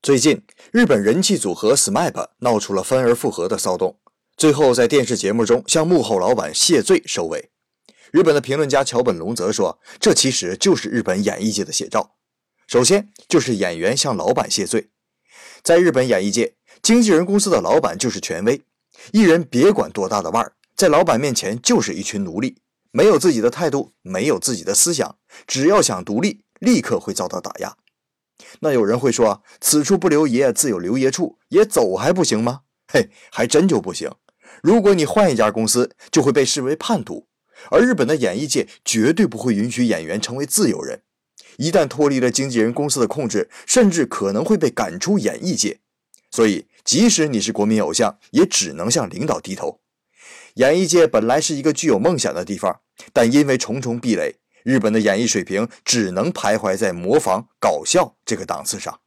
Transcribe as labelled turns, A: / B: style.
A: 最近，日本人气组合 SMAP 闹出了分而复合的骚动，最后在电视节目中向幕后老板谢罪收尾。日本的评论家桥本龙则说，这其实就是日本演艺界的写照。首先就是演员向老板谢罪。在日本演艺界，经纪人公司的老板就是权威，艺人别管多大的腕儿，在老板面前就是一群奴隶，没有自己的态度，没有自己的思想，只要想独立，立刻会遭到打压。那有人会说，此处不留爷，自有留爷处，爷走还不行吗？嘿，还真就不行。如果你换一家公司，就会被视为叛徒。而日本的演艺界绝对不会允许演员成为自由人，一旦脱离了经纪人公司的控制，甚至可能会被赶出演艺界。所以，即使你是国民偶像，也只能向领导低头。演艺界本来是一个具有梦想的地方，但因为重重壁垒，日本的演艺水平只能徘徊在模仿、搞笑这个档次上。